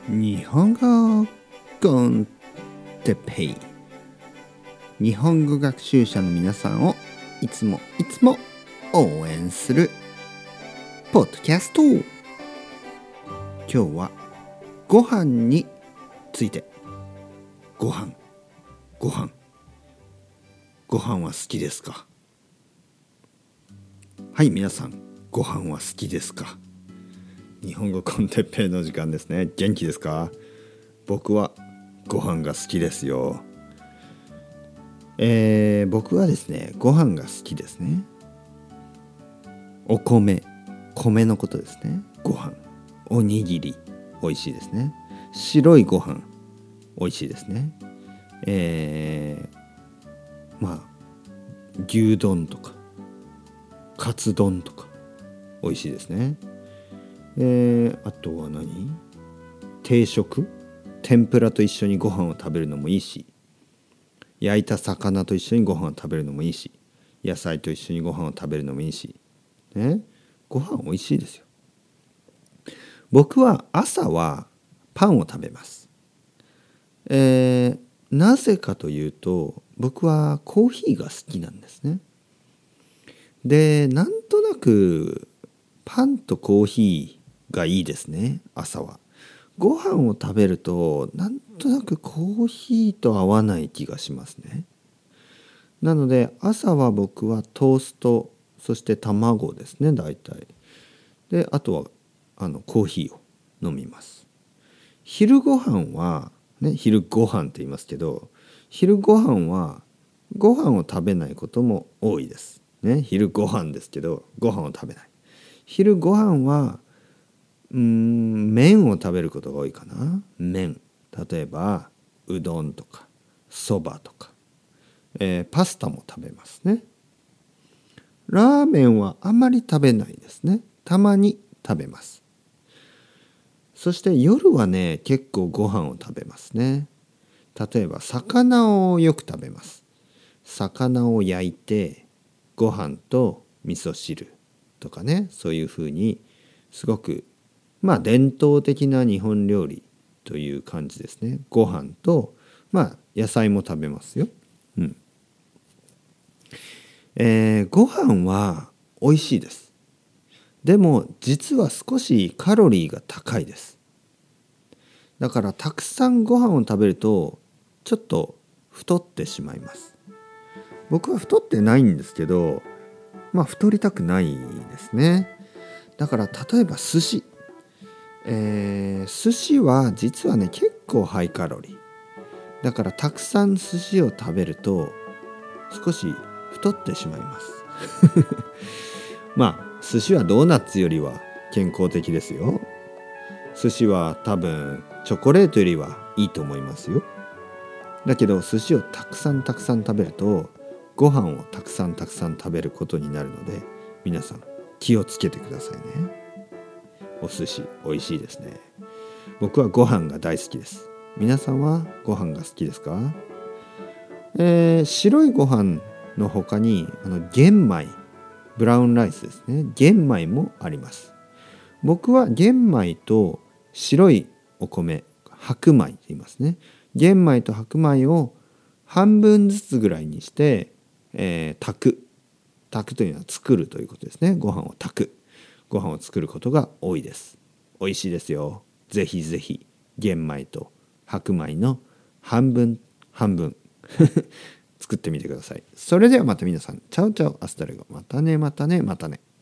日本語コンテペイ、日本語学習者の皆さんをいつも応援するポッドキャスト。今日はご飯について。ご飯は好きですか？はい、皆さん、ご飯は好きですか？日本語コンテッペイの時間ですね。元気ですか？僕はご飯が好きですよ。僕はですね、ご飯が好きですね。お米のことですね。ご飯、おにぎり美味しいですね。白いご飯美味しいですね。牛丼とかカツ丼とか美味しいですね。あとは定食、天ぷらと一緒にご飯を食べるのもいいし、焼いた魚と一緒にご飯を食べるのもいいし、野菜と一緒にご飯を食べるのもいいし、ご飯美味しいですよ。僕は朝はパンを食べます。なぜかというと、僕はコーヒーが好きなんですね。で、なんとなくパンとコーヒーがいいですね。朝はご飯を食べるとなんとなくコーヒーと合わない気がしますね。なので朝は僕はトースト、そして卵ですね、大体で、あとはコーヒーを飲みます。昼ご飯は昼ご飯って言いますけど、昼ご飯はご飯を食べないことも多いですね。昼ご飯ですけどご飯を食べない。昼ご飯は麺を食べることが多いかな。麺、例えばうどんとかそばとか、パスタも食べますね。ラーメンはあまり食べないですね。たまに食べます。そして夜はね、結構ご飯を食べますね。例えば魚をよく食べます。魚を焼いてご飯と味噌汁とかね、そういうふうにすごく伝統的な日本料理という感じですね。ご飯と野菜も食べますよ。ご飯は美味しいです。でも実は少しカロリーが高いです。だからたくさんご飯を食べるとちょっと太ってしまいます。僕は太ってないんですけど、太りたくないですね。だから例えば寿司、寿司は実はね、結構ハイカロリーだから、たくさん寿司を食べると少し太ってしまいます寿司はドーナツよりは健康的ですよ。寿司は多分チョコレートよりはいいと思いますよ。だけど寿司をたくさん食べるとご飯をたくさん食べることになるので、皆さん気をつけてくださいね。お寿司美味しいですね。僕はご飯が大好きです。皆さんはご飯が好きですか？白いご飯の他に玄米、ブラウンライスですね。玄米もあります。僕は玄米と白いお米、白米と言いますね。玄米と白米を半分ずつぐらいにして、炊くというのは作るということですね。ご飯を炊く、ご飯を作ることが多いです。美味しいですよ。ぜひぜひ玄米と白米の半分作ってみてください。それではまた皆さん、チャオチャオ、アスタレゴ、またね。